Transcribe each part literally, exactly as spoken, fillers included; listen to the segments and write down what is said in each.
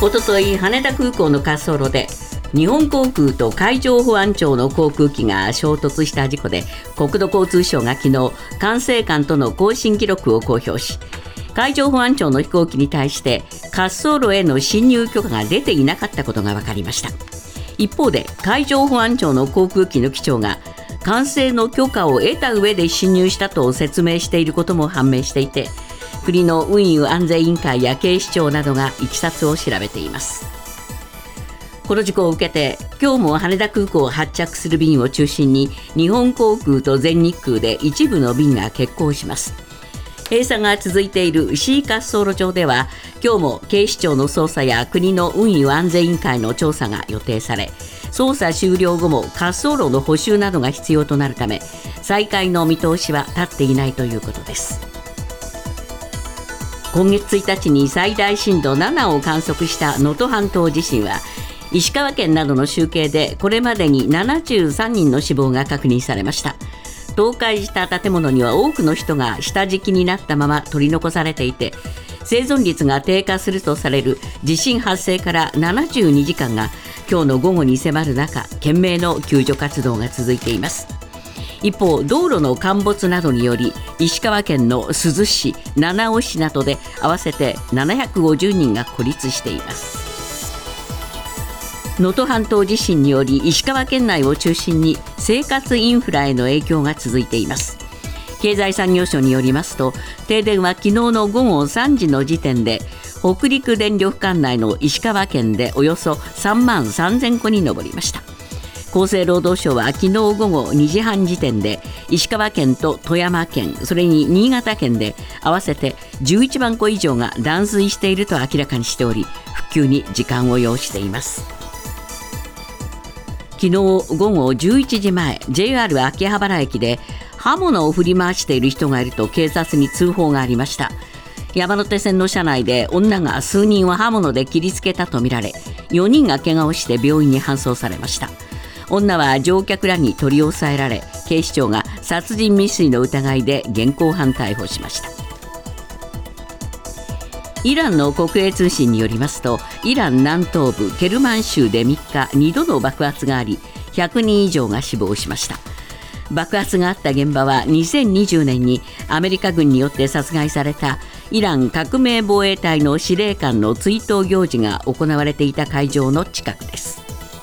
おととい羽田空港の滑走路で日本航空と海上保安庁の航空機が衝突した事故で、国土交通省が昨日管制官との交信記録を公表し、海上保安庁の飛行機に対して滑走路への進入許可が出ていなかったことが分かりました。一方で海上保安庁の航空機の機長が管制の許可を得た上で進入したと説明していることも判明していて、国の運輸安全委員会や警視庁などがいきさつを調べています。この事故を受けて今日も羽田空港を発着する便を中心に日本航空と全日空で一部の便が欠航します。閉鎖が続いている C 滑走路上では今日も警視庁の捜査や国の運輸安全委員会の調査が予定され、捜査終了後も滑走路の補修などが必要となるため再開の見通しは立っていないということです。今月ついたちに最大震度ななを観測した能登半島地震は石川県などの集計でこれまでにななじゅうさんにんの死亡が確認されました。倒壊した建物には多くの人が下敷きになったまま取り残されていて、生存率が低下するとされる地震発生からななじゅうにじかんが今日の午後に迫る中、懸命の救助活動が続いています。一方、道路の陥没などにより石川県の珠洲市、七尾市などで合わせてななひゃくごじゅうにんが孤立しています。能登半島地震により石川県内を中心に生活インフラへの影響が続いています。経済産業省によりますと、停電は昨日の午後さんじの時点で北陸電力管内の石川県でおよそさんまんさんぜんこに上りました。厚生労働省は昨日午後にじはん時点で石川県と富山県、それに新潟県で合わせてじゅういちまんこ以上が断水していると明らかにしており、復旧に時間を要しています。昨日午後じゅういちじまえ、 ジェイアール 秋葉原駅で刃物を振り回している人がいると警察に通報がありました。山手線の車内で女が数人を刃物で切りつけたとみられ、よにんが怪我をして病院に搬送されました。女は乗客らに取り押さえられ、警視庁が殺人未遂の疑いで現行犯逮捕しました。イランの国営通信によりますと、イラン南東部ケルマン州でみっかにどの爆発があり、ひゃくにん以上が死亡しました。爆発があった現場はにせんにじゅうねんにアメリカ軍によって殺害されたイラン革命防衛隊の司令官の追悼行事が行われていた会場の近くです。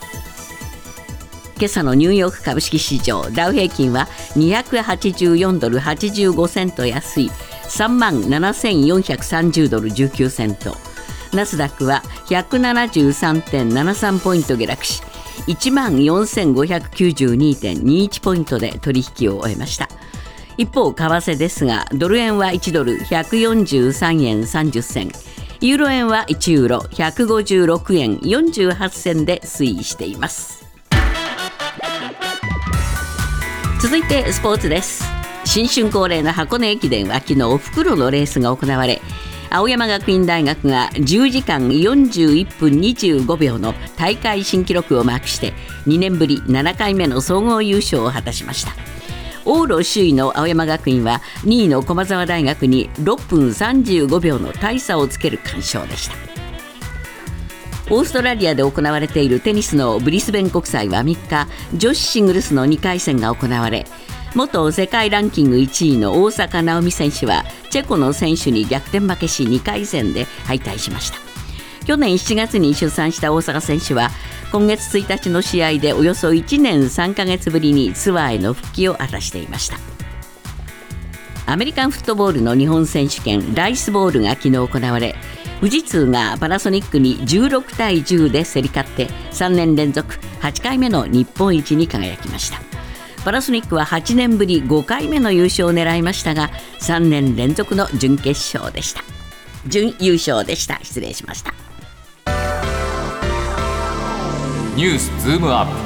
今朝のニューヨーク株式市場、ダウ平均はにひゃくはちじゅうよんドルはちじゅうごセント安いさんまんななせんよんひゃくさんじゅうドルじゅうきゅうセント、ナスダックは ひゃくななじゅうさんてんななさん ポイント下落し いちまんよんせんごひゃくきゅうじゅうにてんにいち ポイントで取引を終えました。一方、為替ですが、ドル円はいちドルひゃくよんじゅうさんえんさんじゅっせん、ユーロ円はいちユーロひゃくごじゅうろくえんよんじゅうはちせんで推移しています。続いてスポーツです。新春恒例の箱根駅伝は昨日復路のレースが行われ、青山学院大学がじゅうじかんよんじゅういっぷんにじゅうごびょうの大会新記録をマークしてにねんぶりななかいめの総合優勝を果たしました。往路首位の青山学院はにいの駒澤大学にろっぷんさんじゅうごびょうの大差をつける完勝でした。オーストラリアで行われているテニスのブリスベン国際はみっか、女子シングルスのにかいせんが行われ、元世界ランキングいちいの大坂なおみ選手はチェコの選手に逆転負けしにかいせんで敗退しました。去年しちがつに出産した大坂選手は今月ついたちの試合でおよそいちねんさんかげつぶりにツアーへの復帰を果たしていました。アメリカンフットボールの日本選手権ライスボールが昨日行われ、富士通がパナソニックにじゅうろくたいじゅうで競り勝ってさんねんれんぞくはちかいめの日本一に輝きました。パナソニックははちねんぶりごかいめの優勝を狙いましたが、さんねんれんぞくの準決勝でした準優勝でした失礼しました。 ニュースズームアップ。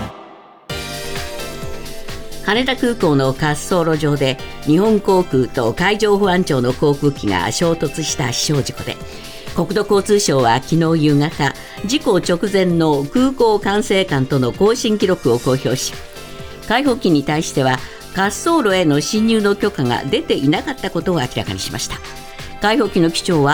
羽田空港の滑走路上で日本航空と海上保安庁の航空機が衝突した死傷事故で、国土交通省は昨日夕方、事故直前の空港管制官との交信記録を公表し、海保機に対しては滑走路への進入の許可が出ていなかったことを明らかにしました。海保機の機長は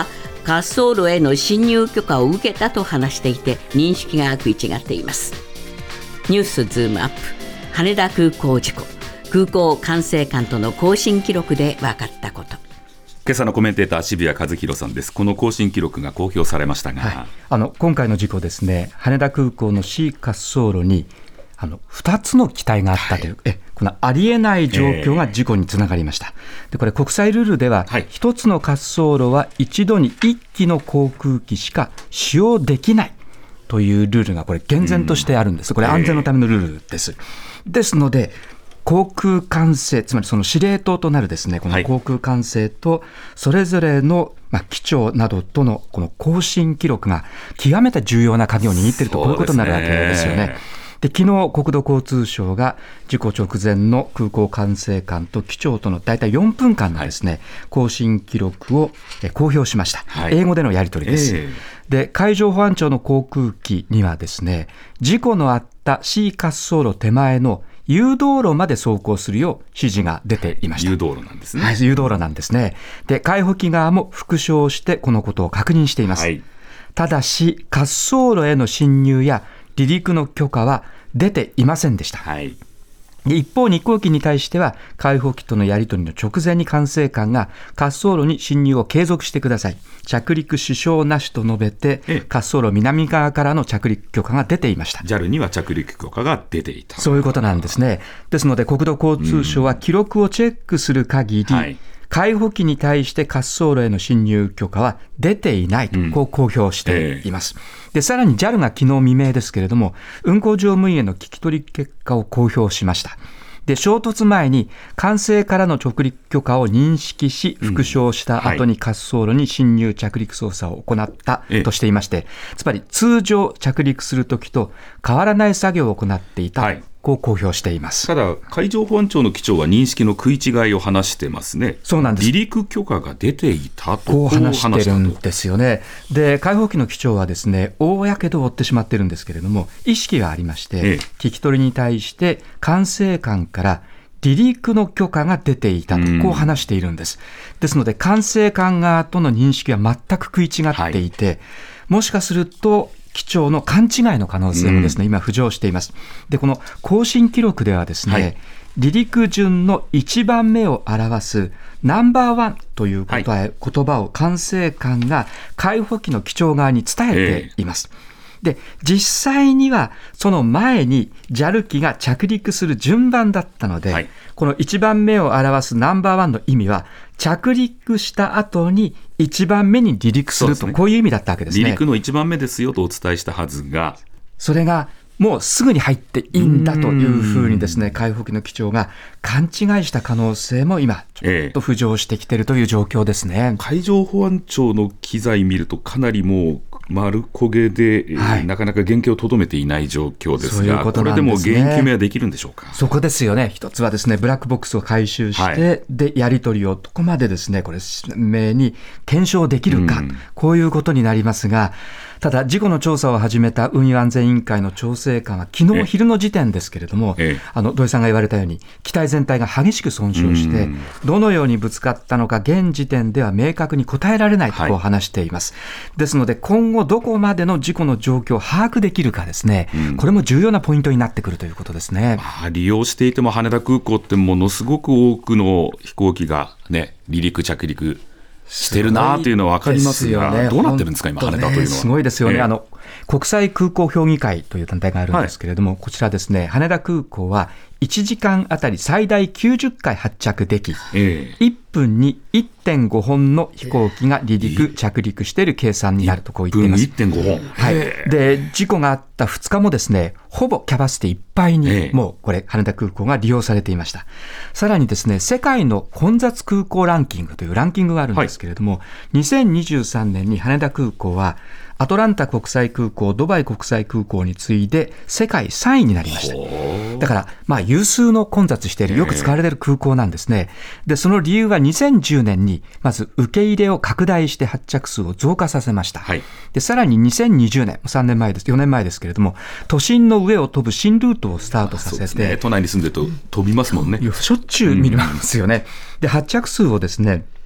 滑走路への進入許可を受けたと話していて、認識が食い違っています。ニュースズームアップ。羽田空港事故、空港管制官との更新記録で分かったこと。 今朝のコメンテーター渋谷和弘さんです。この更新記録が公表されましたが、はい、 あの今回の事故ですね、羽田空港の C 滑走路にあのふたつの機体があったという、はい、えこのありえない状況が事故につながりました。でこれ国際ルールでは、はい、ひとつの滑走路は一度にいっきの航空機しか使用できないというルールがこれ厳然としてあるんです。これ安全のためのルールです。ですので航空管制、つまりその司令塔となるですね、この航空管制とそれぞれのまあ機長などとのこの更新記録が極めて重要な鍵を握っていると、こういうことになるわけですよね。で昨日国土交通省が事故直前の空港管制官と機長とのだいたいよんぷんかんのですね、はい、更新記録を公表しました、はい、英語でのやり取りです、えー、で海上保安庁の航空機にはですね、事故のあった C 滑走路手前の誘導路まで走行するよう指示が出ていました。 誘導路なんですね。 はい、誘導路なんですね。で海保機側も復唱してこのことを確認しています、はい、ただし滑走路への侵入や離陸の許可は出ていませんでした、はい、一方日航機に対しては海保機とのやり取りの直前に管制官が滑走路に進入を継続してください、着陸支障なしと述べて、滑走路南側からの着陸許可が出ていました。 ジャル には着陸許可が出ていた。 そういうことなんですね。ですので国土交通省は記録をチェックする限り、うん、はい、海保機に対して滑走路への進入許可は出ていないと、こう公表しています、うんえー、でさらに ジャル が昨日未明ですけれども運航乗務員への聞き取り結果を公表しました。で衝突前に管制からの直陸許可を認識し復唱した後に滑走路に進入着陸操作を行ったとしていまして、ええ、つまり通常着陸するときと変わらない作業を行っていた、はい、こう公表しています。 ただ海上保安庁の機長は認識の食い違いを話してますね。 そうなんです。 離陸許可が出ていたとこう話してるんですよね。で海保機の機長はですね、大やけどを負ってしまってるんですけれども意識がありまして、ええ、聞き取りに対して管制官から離陸の許可が出ていたとこう話しているんです。ですので管制官側との認識は全く食い違っていて、はい、もしかすると機長の勘違いの可能性もですね、今浮上しています。でこの更新記録ではですね、はい、離陸順のいちばんめを表すナンバーワンという言葉、はい、言葉を管制官が海保機の機長側に伝えています、えーで実際にはその前に ジャル 機が着陸する順番だったので、はい、このいちばんめを表すナンバーワンの意味は着陸した後にいちばんめに離陸すると、ね、こういう意味だったわけですね。 離陸のいちばんめですよとお伝えしたはずが、 それがもうすぐに入っていいんだというふうにですね、海保機の機長が勘違いした可能性も今ちょっと浮上してきているという状況ですね、ええ、 海上保安庁の機材見るとかなりもう丸焦げで、はい、なかなか原型をとどめていない状況ですが、そういうことなんですね。これでも原因究明はできるんでしょうか。 そこですよね。一つはですね、ブラックボックスを回収して、はい、でやり取りをどこまでですねこれ明に検証できるか、うん、こういうことになりますが、ただ事故の調査を始めた運輸安全委員会の調整官は昨日昼の時点ですけれども、ええ、あの土井さんが言われたように機体全体が激しく損傷して、どのようにぶつかったのか現時点では明確に答えられないとこう話しています、はい、ですので今後どこまでの事故の状況を把握できるかですね、うん、これも重要なポイントになってくるということですね。 まあ、利用していても羽田空港ってものすごく多くの飛行機が、ね、離陸着陸してるなというのは分かりますが、ね、どうなってるんですか今羽田というのは。 すごいですよね、えー、あの国際空港評議会という団体があるんですけれども、はい、こちらですね、羽田空港はいちじかんあたり最大きゅうじゅっかい発着でき、えー、いっぷんに いってんご 本の飛行機が離陸、えー、着陸している計算になるとこう言っています。いっぷんに いってんご 本、はい、で事故があったふつかもですね、ほぼキャパシティいっぱいに、えー、もうこれ羽田空港が利用されていました。さらにですね、世界の混雑空港ランキングというランキングがあるんですけれども、はい、にせんにじゅうさんねんに羽田空港はアトランタ国際空港、ドバイ国際空港に次いで世界さんいになりました。だから、まあ、有数の混雑している、よく使われている空港なんですね。で、その理由はにせんじゅうねんにまず受け入れを拡大して発着数を増加させました。はい、で、さらににせんにじゅうねん、さんねんまえです、よねんまえですけれども、都心の上を飛ぶ新ルートをスタートさせて、そうですね、 都内に住んでると飛びますもんね。 しょっちゅう見ますよね。で、発着数をですね、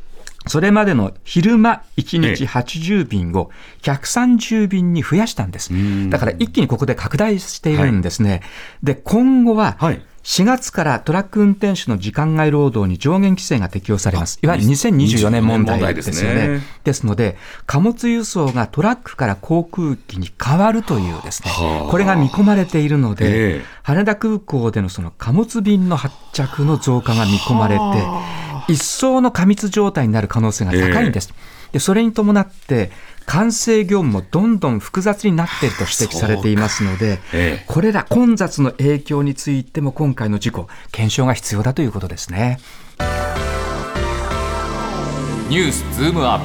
それまでの昼間いちにちはちじゅうびんをひゃくさんじゅうびんに増やしたんです。だから一気にここで拡大しているんですね。はい、で今後はしがつからトラック運転手の時間外労働に上限規制が適用されます。いわゆるにせんにじゅうよねん問題ですよね。ですので貨物輸送がトラックから航空機に変わるというですね、これが見込まれているので、羽田空港でのその貨物便の発着の増加が見込まれて、一層の過密状態になる可能性が高いんです。でそれに伴って管制業務もどんどん複雑になっていると指摘されていますので、ええ、これら混雑の影響についても今回の事故検証が必要だということですね。 ニュースズームアッ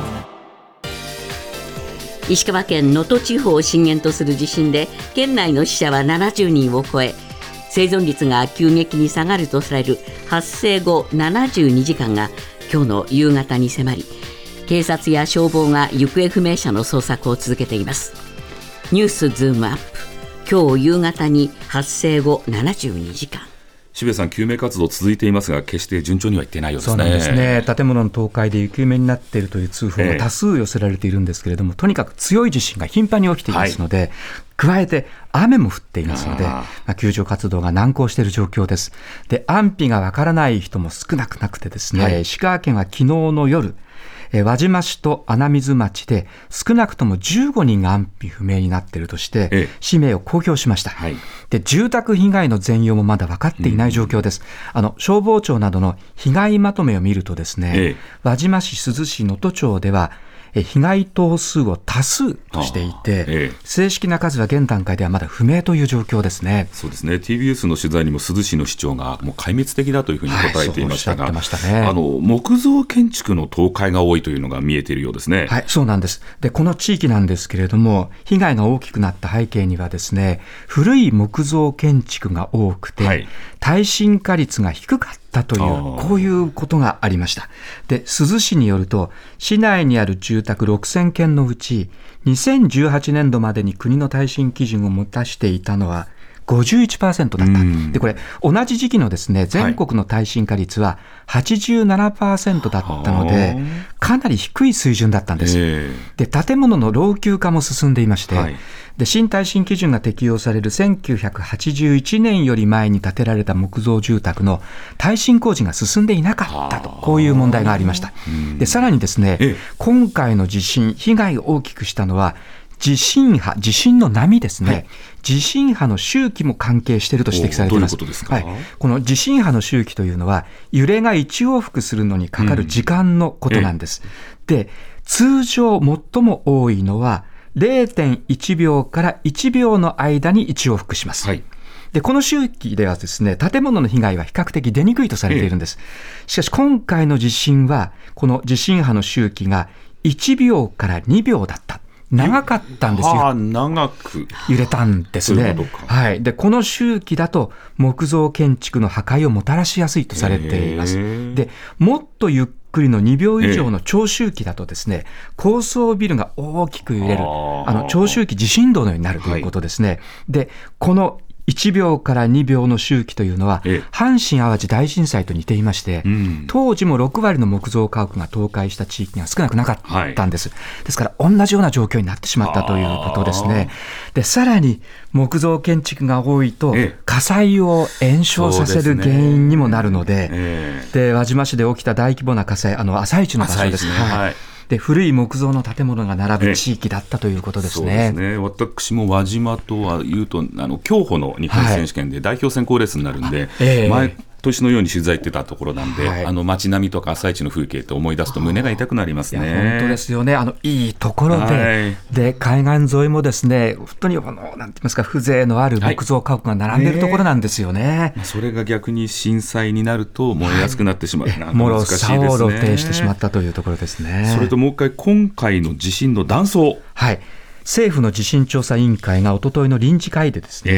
プ。石川県能登地方を震源とする地震で県内の死者はななじゅうにんを超え、生存率が急激に下がるとされる発生後ななじゅうにじかんが今日の夕方に迫り、警察や消防が行方不明者の捜索を続けています。ニュースズームアップ。今日夕方に発生後ななじゅうにじかん。 渋谷さん、救命活動続いていますが決して順調にはいってないようですね。 そうなんですね。建物の倒壊で行方不明になっているという通報が多数寄せられているんですけれども、ええ、とにかく強い地震が頻繁に起きていますので、はい、加えて雨も降っていますので、まあ、救助活動が難航している状況です。で安否がわからない人も少なくなくてですね、はい、石川県は昨日の夜、輪島市と穴水町で少なくともじゅうごにんが安否不明になっているとして、ええ、氏名を公表しました。はい、で住宅被害の全容もまだ分かっていない状況です。うん、あの消防庁などの被害まとめを見るとですね、ええ、輪島市、珠洲市、能登町では被害頭数を多数としていて、ええ、正式な数は現段階ではまだ不明という状況ですね。 そうですね。 ティービーエス の取材にも珠洲市の市長がもう壊滅的だというふうに答えていましたが、はい、そうおっしゃってましたね。あの木造建築の倒壊が多いというのが見えているようですね。 はい、そうなんです。でこの地域なんですけれども、被害が大きくなった背景にはですね、古い木造建築が多くて、はい、耐震化率が低かったというこういうことがありました。で珠洲市によると、市内にある住宅ろくせんけんのうちにせんじゅうはちねんどまでに国の耐震基準を満たしていたのは ごじゅういちパーセント だった。でこれ同じ時期のですね、全国の耐震化率は はちじゅうななパーセント だったので、かなり低い水準だったんです。で建物の老朽化も進んでいまして、はい、で新耐震基準が適用されるせんきゅうひゃくはちじゅういちねんより前に建てられた木造住宅の耐震工事が進んでいなかったと、こういう問題がありました。でさらにですね、ええ、今回の地震、被害を大きくしたのは地震波、地震の波ですね。はい、地震波の周期も関係していると指摘されています。 どういうことですか？はい、 この地震波の周期というのは揺れがいち往復するのにかかる時間のことなんです。うん、で通常最も多いのは れいてんいちびょうからいちびょうの間にいち往復します。はい、でこの周期ではですね、建物の被害は比較的出にくいとされているんです。しかし今回の地震はこの地震波の周期がいちびょうからにびょうだった。長かったんですよ。 長く揺れたんですね。はい、でこの周期だと木造建築の破壊をもたらしやすいとされています。でもっとゆっくりのにびょう以上の長周期だとですね、高層ビルが大きく揺れる、あの長周期地震動のようになるということですね。はい、でこのいちびょうからにびょうの周期というのは阪神・淡路大震災と似ていまして、うん、当時もろくわりの木造家屋が倒壊した地域が少なくなかったんです。はい、ですから同じような状況になってしまったということですね。でさらに木造建築が多いと火災を延焼させる原因にもなるので、ええ、で輪島市で起きた大規模な火災、あの朝市の場所ですね。はい、で古い木造の建物が並ぶ地域だったということですね。 そうですね。私も輪島とはいうとあの競歩の日本選手権で代表選考レースになるんで、はい、えー、毎年のように取材行ってたところなんで、はい、あの街並みとか朝市の風景と思い出すと胸が痛くなりますね。 いや本当ですよね。あのいいところで、はい、で海岸沿いもですね、本当にあのなんて言いますか、風情のある木造家屋が並んでいるところなんですよね。 はい、それが逆に震災になると燃えやすくなってしまう、はい、なんか難しいですね。 もろさを露呈してしまったというところですね。 それともう一回今回の地震の断層、 はい、政府の地震調査委員会が一昨日の臨時会でですね、えー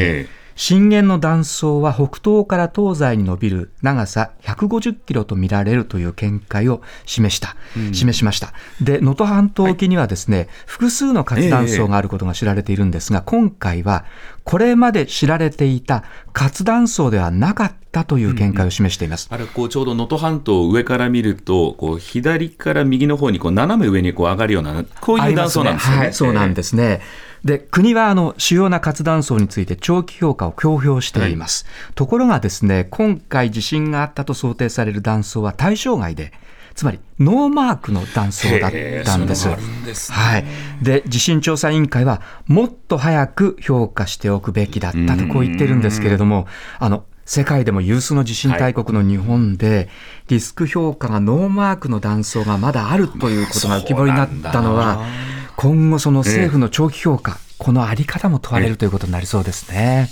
震源の断層は北東から東西に伸びる長さひゃくごじゅっキロと見られるという見解を示した、うん、示しました。で、能登半島沖にはですね、はい、複数の活断層があることが知られているんですが、えー、今回はこれまで知られていた活断層ではなかったという見解を示しています。 うん、あれこうちょうど能登半島を上から見るとこう左から右の方にこう斜め上にこう上がるようなこういう断層なんですよね。 はい、そうなんですね。で、国はあの主要な活断層について長期評価を公表しています。はい、ところがですね、今回地震があったと想定される断層は対象外で、つまりノーマークの断層だったんです。 ですね。 はい。で、地震調査委員会はもっと早く評価しておくべきだったとこう言ってるんですけれども、あの世界でも有数の地震大国の日本で、はい、リスク評価がノーマークの断層がまだあるということが浮き彫りになったのは、今後その政府の長期評価、ええ、このあり方も問われるということになりそうですね。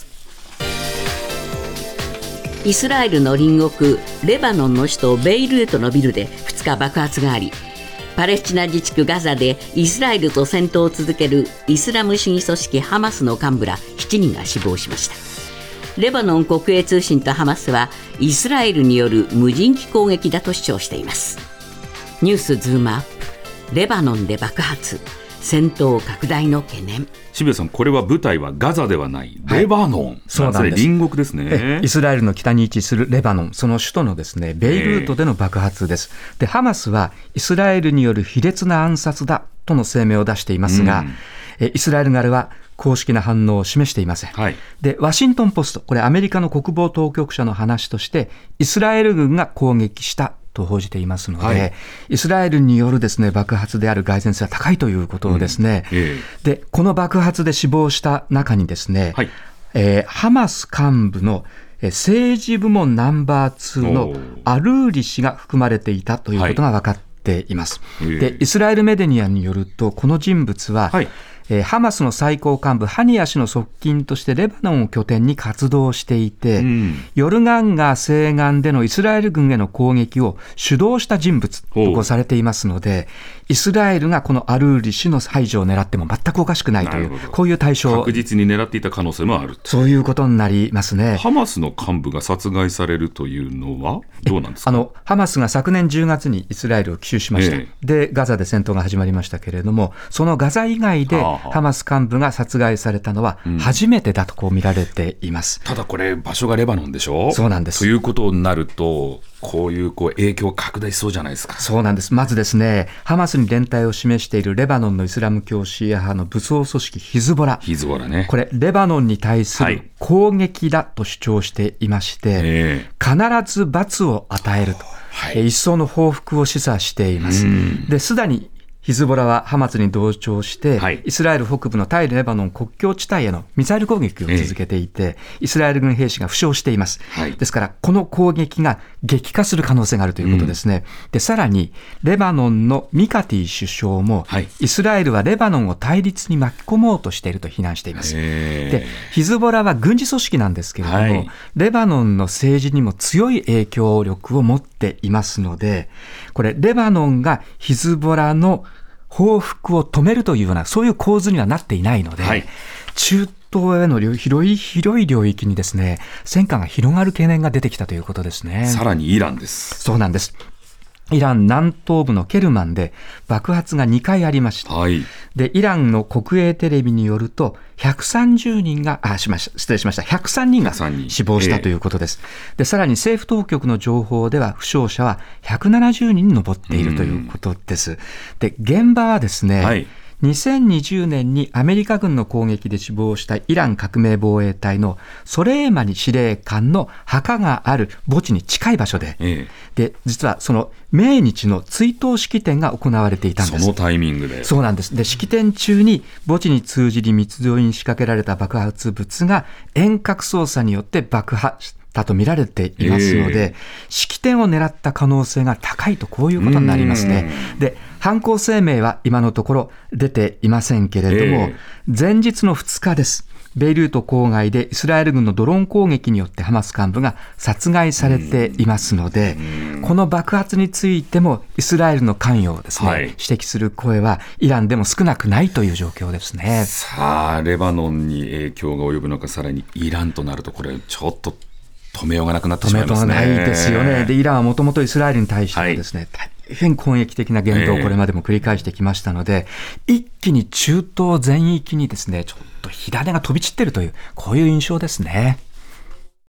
イスラエルの隣国レバノンの首都ベイルートのビルでふつか爆発があり、パレスチナ自治区ガザでイスラエルと戦闘を続けるイスラム主義組織ハマスの幹部らしちにんが死亡しました。レバノン国営通信とハマスはイスラエルによる無人機攻撃だと主張しています。ニュースズームアップ、レバノンで爆発、戦闘拡大の懸念。 渋谷さん、これは舞台はガザではないレバノン、はい、 そうなんです。 隣国ですね。 イスラエルの北に位置するレバノン、その首都のですねベイルートでの爆発です。で、ハマスはイスラエルによる卑劣な暗殺だとの声明を出していますが、うん、イスラエル側は公式な反応を示していません。はい、で、ワシントンポスト、これアメリカの国防当局者の話として、イスラエル軍が攻撃したと報じていますので、はい、イスラエルによるですね爆発である蓋然性は高いということですね。うんええ、で、この爆発で死亡した中にですね、はい、えー、ハマス幹部の政治部門ナンバーツーのアルーリ氏が含まれていたということが分かっています。はい、で、イスラエルメディアによると、この人物は、はい、えー、ハマスの最高幹部ハニヤ氏の側近としてレバノンを拠点に活動していて、うん、ヨルガン川西岸でのイスラエル軍への攻撃を主導した人物とこうされていますので、イスラエルがこのアルーリ氏の排除を狙っても全くおかしくないという、こういう対象、 確実に狙っていた可能性もある、 そういうことになりますね。 ハマスの幹部が殺害されるというのはどうなんですか。 あのハマスが昨年じゅうがつにイスラエルを奇襲しました。ええ、でガザで戦闘が始まりましたけれども、そのガザ以外でハマス幹部が殺害されたのは初めてだとこう見られています。 うん、ただこれ場所がレバノンでしょ。 そうなんです。 ということになると、こういうこう影響拡大しそうじゃないですか。 そうなんです。まずですね、ハマスに連帯を示しているレバノンのイスラム教シーア派の武装組織ヒズボラ、 ヒズボラね、 これレバノンに対する攻撃だと主張していまして、はい、必ず罰を与えると、はい、一層の報復を示唆しています。で、すでにヒズボラはハマスに同調して、はい、イスラエル北部の対レバノン国境地帯へのミサイル攻撃を続けていて、ええ、イスラエル軍兵士が負傷しています。はい、ですからこの攻撃が激化する可能性があるということですね。うん、で、さらにレバノンのミカティ首相も、はい、イスラエルはレバノンを対立に巻き込もうとしていると非難しています。えで、ヒズボラは軍事組織なんですけれども、はい、レバノンの政治にも強い影響力を持っていますので、これレバノンがヒズボラの報復を止めるというような、そういう構図にはなっていないので、はい、中東への広い広い領域にですね、戦火が広がる懸念が出てきたということですね。 さらにイランです。 そうなんです。イラン南東部のケルマンで爆発がにかいありました。はい、で、イランの国営テレビによるとひゃくさんじゅうにんがあしました失礼しましたひゃくさんにんが死亡したということです。えー、で、さらに政府当局の情報では負傷者はひゃくななじゅうにんに上っているということです。で、現場はですね、はい、にせんにじゅうねんにアメリカ軍の攻撃で死亡したイラン革命防衛隊のソレイマニ司令官の墓がある墓地に近い場所で、ええ、で、実はその命日の追悼式典が行われていたんです。 そのタイミングで。 そうなんです。で、式典中に墓地に通じる密造に仕掛けられた爆発物が遠隔操作によって爆破したと見られていますので、えー、式典を狙った可能性が高いと、こういうことになりますね。で、犯行声明は今のところ出ていませんけれども、えー、前日のふつかです。 ベイルート郊外でイスラエル軍のドローン攻撃によってハマス幹部が殺害されていますので、この爆発についてもイスラエルの関与をですね、はい、指摘する声はイランでも少なくないという状況ですね。 さあレバノンに影響が及ぶのか、さらにイランとなるとこれちょっと止めようがなくなってしまいますね。 止めようがないですよね。でイランはもともとイスラエルに対してですね、はい、大変攻撃的な言動をこれまでも繰り返してきましたので、えー、一気に中東全域にですねちょっと火種が飛び散っているというこういう印象ですね。